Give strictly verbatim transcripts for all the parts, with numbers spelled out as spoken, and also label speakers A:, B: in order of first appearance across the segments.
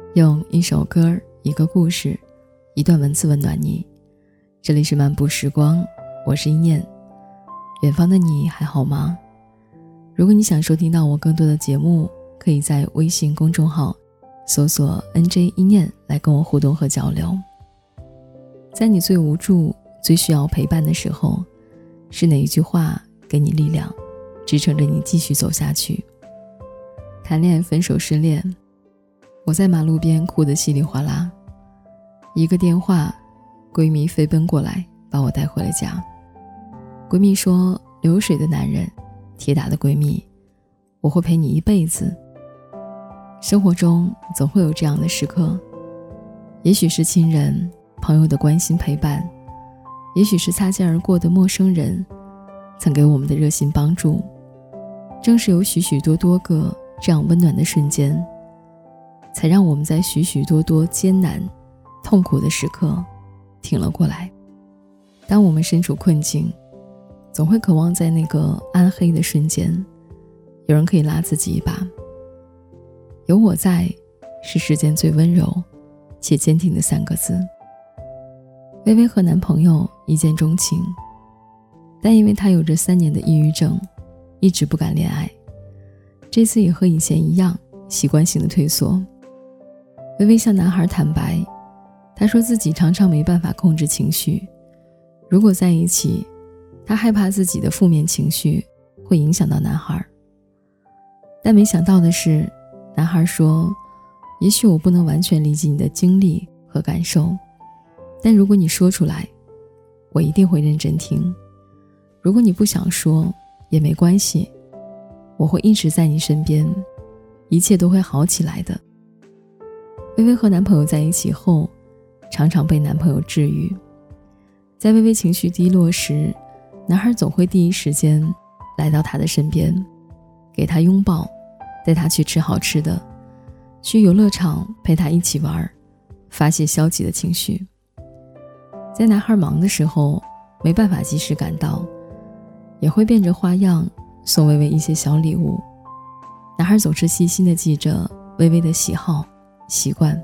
A: 用一首歌、一个故事、一段文字温暖你。这里是漫步时光，我是一念。远方的你还好吗？如果你想收听到我更多的节目，可以在微信公众号搜索 N J 一念来跟我互动和交流。在你最无助、最需要陪伴的时候，是哪一句话给你力量，支撑着你继续走下去？谈恋爱、分手、失恋，我在马路边哭得稀里哗啦，一个电话，闺蜜飞奔过来把我带回了家。闺蜜说，流水的男人，铁打的闺蜜，我会陪你一辈子。生活中总会有这样的时刻，也许是亲人朋友的关心陪伴，也许是擦肩而过的陌生人曾给我们的热心帮助。正是有许许多多个这样温暖的瞬间，才让我们在许许多多艰难痛苦的时刻挺了过来。当我们身处困境，总会渴望在那个暗黑的瞬间，有人可以拉自己一把。有我在，是世间最温柔且坚定的三个字。微微和男朋友一见钟情，但因为她有着三年的抑郁症，一直不敢恋爱。这次也和以前一样，习惯性的退缩。微微向男孩坦白，她说自己常常没办法控制情绪，如果在一起，她害怕自己的负面情绪会影响到男孩。但没想到的是，男孩说，也许我不能完全理解你的经历和感受，但如果你说出来，我一定会认真听。如果你不想说也没关系，我会一直在你身边，一切都会好起来的。微微和男朋友在一起后，常常被男朋友治愈。在微微情绪低落时，男孩总会第一时间来到她的身边，给她拥抱，带她去吃好吃的，去游乐场陪她一起玩，发泄消极的情绪。在男孩忙的时候没办法及时赶到，也会变着花样送微微一些小礼物。男孩总是细心地记着微微的喜好习惯。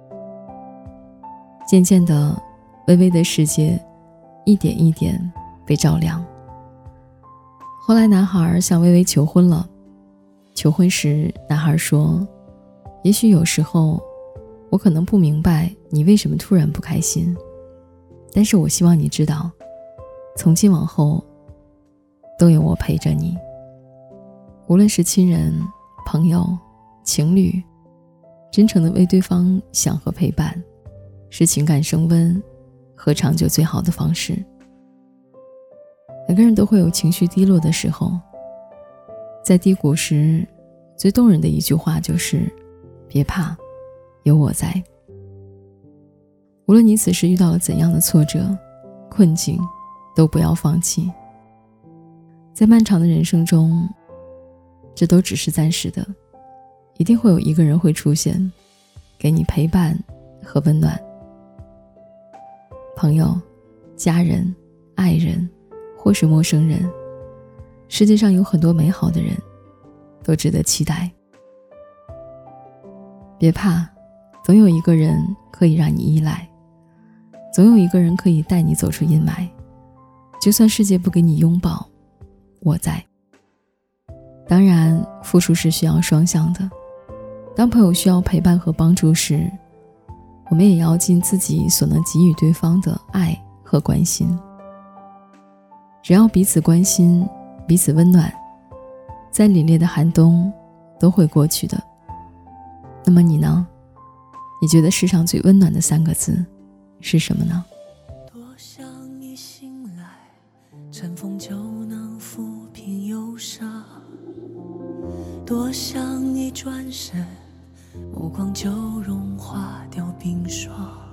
A: 渐渐的，微微的世界一点一点被照亮。后来男孩向微微求婚了。求婚时，男孩说，也许有时候我可能不明白你为什么突然不开心，但是我希望你知道，从今往后都有我陪着你。无论是亲人、朋友、情侣，真诚地为对方想和陪伴，是情感升温和长久最好的方式。每个人都会有情绪低落的时候，在低谷时，最动人的一句话就是别怕，有我在。无论你此时遇到了怎样的挫折困境，都不要放弃。在漫长的人生中，这都只是暂时的，一定会有一个人会出现，给你陪伴和温暖。朋友、家人、爱人或是陌生人，世界上有很多美好的人，都值得期待。别怕，总有一个人可以让你依赖，总有一个人可以带你走出阴霾。就算世界不给你拥抱，我在。当然，付出是需要双向的。当朋友需要陪伴和帮助时，我们也要尽自己所能给予对方的爱和关心。只要彼此关心，彼此温暖，在凛冽的寒冬都会过去的。那么你呢？你觉得世上最温暖的三个字是什么呢？
B: 多想一醒来，晨风就能抚平忧伤，多想一转身，目光就融化掉冰霜，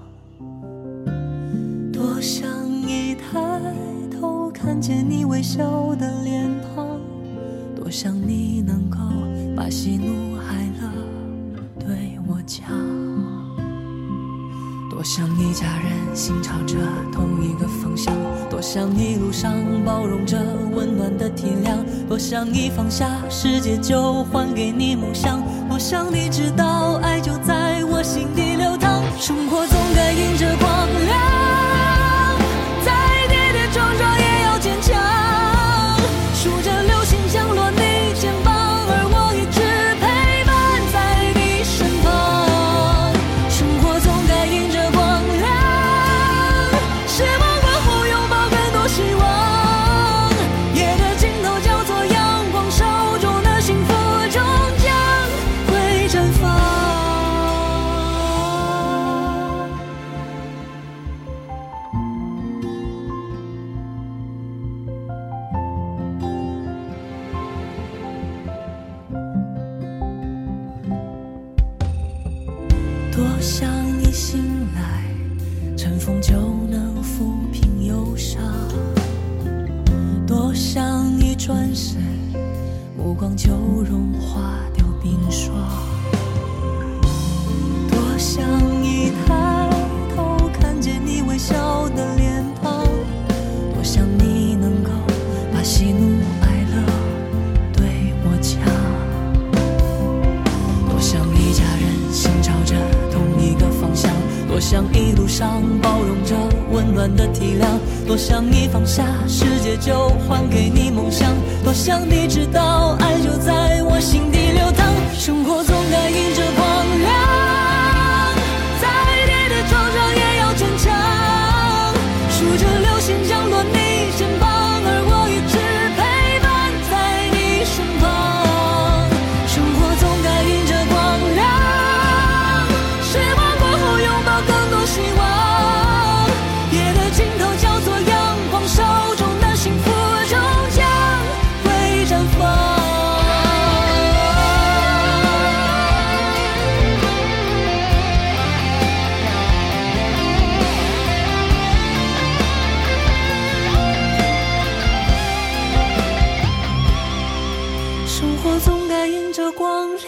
B: 多想一抬头看见你微笑的脸庞，多想你能够把喜怒哀乐对我讲，多想一家人心朝着同一个方向，多想一路上包容着温暖的体谅，多想一放下世界就还给你梦想，多想你知道爱就在我我心底流淌。生活总该迎着光亮，再跌跌撞撞也要坚强，数着流星降落你肩膀，而我一直陪伴在你身旁。生活总该迎着光亮，失望过后拥抱更多希望，夜的尽头叫做阳光，手中的幸福终将会绽放。多想一醒来，晨风就能抚平忧伤，多想一转身，目光就融化掉冰霜，多想一抬头看见你微笑的脸庞，多想你能够把喜怒哀乐对我讲，多想一家人心朝着同一个方向，多想一路上包容着温暖的体谅，多想你放下世界就还给你梦想，多想你知道爱就在我心底流淌。生活总该迎着光亮，再跌跌撞撞也要坚强，数着流星降落你肩膀，而我一直陪伴在你身旁。生活总该迎着光亮，失望过后拥抱更多希望，夜的尽头叫做阳光，手中的幸福终将会绽放。生活总该迎着光亮，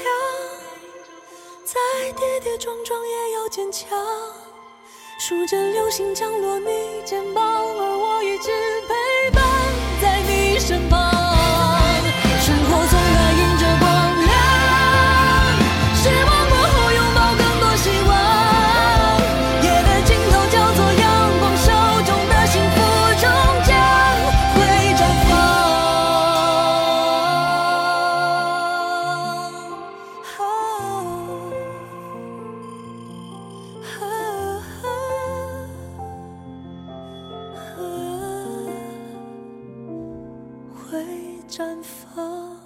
B: 再跌跌撞撞也要坚强，数着流星降落你肩膀，而我一直陪伴在你身旁。生活总该迎着光亮，失望过后拥抱更多希望，夜的尽头叫做阳光，手中的幸福终将会绽放。会绽放。